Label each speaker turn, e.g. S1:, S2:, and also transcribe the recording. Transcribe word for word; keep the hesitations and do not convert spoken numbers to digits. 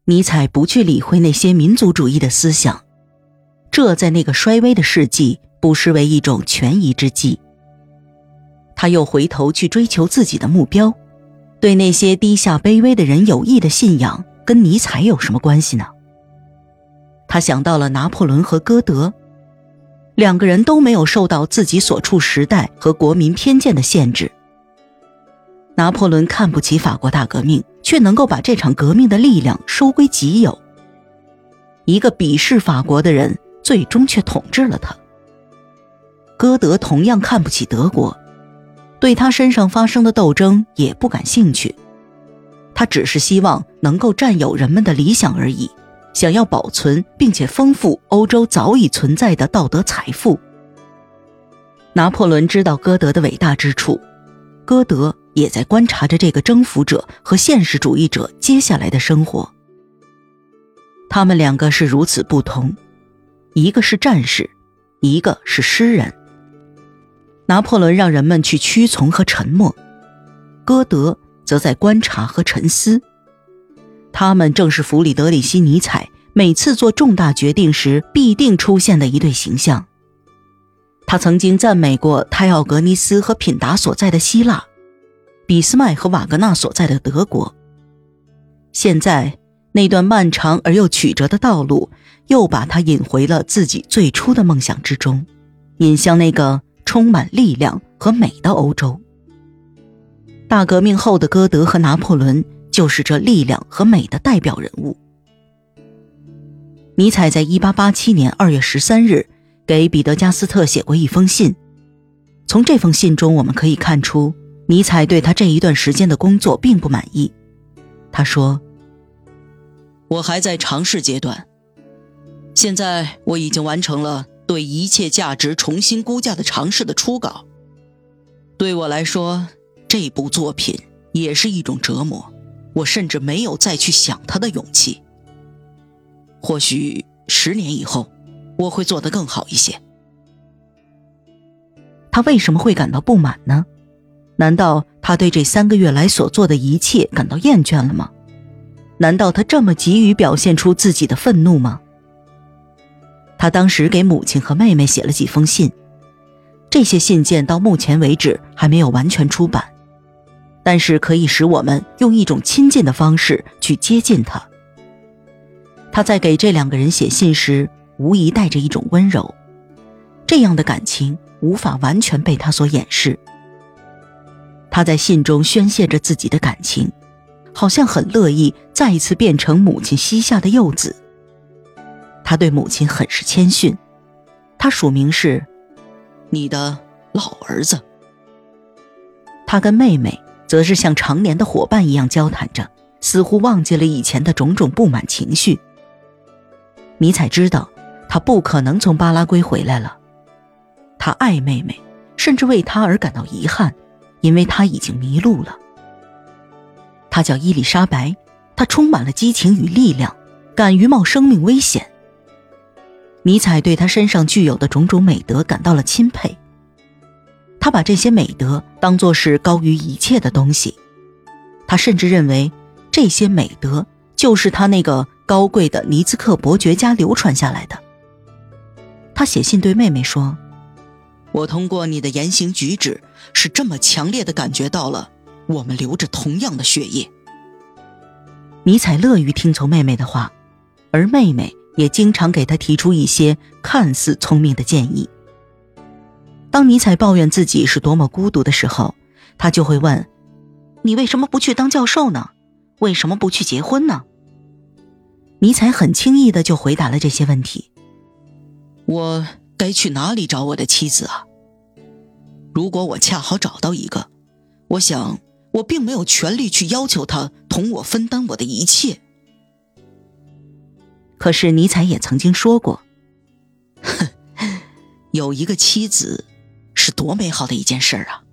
S1: 尼采不去理会那些民族主义的思想，这在那个衰微的世纪不失为一种权宜之计。他又回头去追求自己的目标，对那些低下卑微的人有益的信仰跟尼采有什么关系呢？他想到了拿破仑和歌德，两个人都没有受到自己所处时代和国民偏见的限制。拿破仑看不起法国大革命，却能够把这场革命的力量收归己有。一个鄙视法国的人，最终却统治了他。歌德同样看不起德国，对他身上发生的斗争也不感兴趣，他只是希望能够占有人们的理想而已，想要保存并且丰富欧洲早已存在的道德财富。拿破仑知道歌德的伟大之处，歌德也在观察着这个征服者和现实主义者接下来的生活。他们两个是如此不同，一个是战士，一个是诗人。拿破仑让人们去屈从和沉默，歌德则在观察和沉思。他们正是弗里德里希·尼采每次做重大决定时必定出现的一对形象。他曾经赞美过泰奥格尼斯和品达所在的希腊，俾斯麦和瓦格纳所在的德国。现在那段漫长而又曲折的道路又把他引回了自己最初的梦想之中，引向那个充满力量和美的欧洲。大革命后的歌德和拿破仑就是这力量和美的代表人物。尼采在一八八七年二月十三日给彼得加斯特写过一封信，从这封信中我们可以看出，尼采对他这一段时间的工作并不满意。他说：我还在尝试阶段，现在我已经完成了对一切价值重新估价的尝试的初稿。对我来说，这部作品也是一种折磨，我甚至没有再去想它的勇气。或许十年以后我会做得更好一些。他为什么会感到不满呢？难道他对这三个月来所做的一切感到厌倦了吗？难道他这么急于表现出自己的愤怒吗？他当时给母亲和妹妹写了几封信，这些信件到目前为止还没有完全出版，但是可以使我们用一种亲近的方式去接近他。他在给这两个人写信时，无疑带着一种温柔，这样的感情无法完全被他所掩饰。他在信中宣泄着自己的感情，好像很乐意再一次变成母亲膝下的幼子。他对母亲很是谦逊，他署名是你的老儿子。他跟妹妹则是像常年的伙伴一样交谈着，似乎忘记了以前的种种不满情绪。尼采知道他不可能从巴拉圭回来了，他爱妹妹，甚至为她而感到遗憾，因为她已经迷路了。她叫伊丽莎白，她充满了激情与力量，敢于冒生命危险。尼采对她身上具有的种种美德感到了钦佩，他把这些美德当作是高于一切的东西，他甚至认为这些美德就是他那个高贵的尼兹克伯爵家流传下来的。他写信对妹妹说：我通过你的言行举止是这么强烈地感觉到了我们流着同样的血液。尼采乐于听从妹妹的话，而妹妹也经常给他提出一些看似聪明的建议。当尼采抱怨自己是多么孤独的时候，他就会问：你为什么不去当教授呢？为什么不去结婚呢？尼采很轻易地就回答了这些问题。我该去哪里找我的妻子啊？如果我恰好找到一个，我想我并没有权利去要求她同我分担我的一切。可是尼采也曾经说过，哼，有一个妻子是多美好的一件事啊！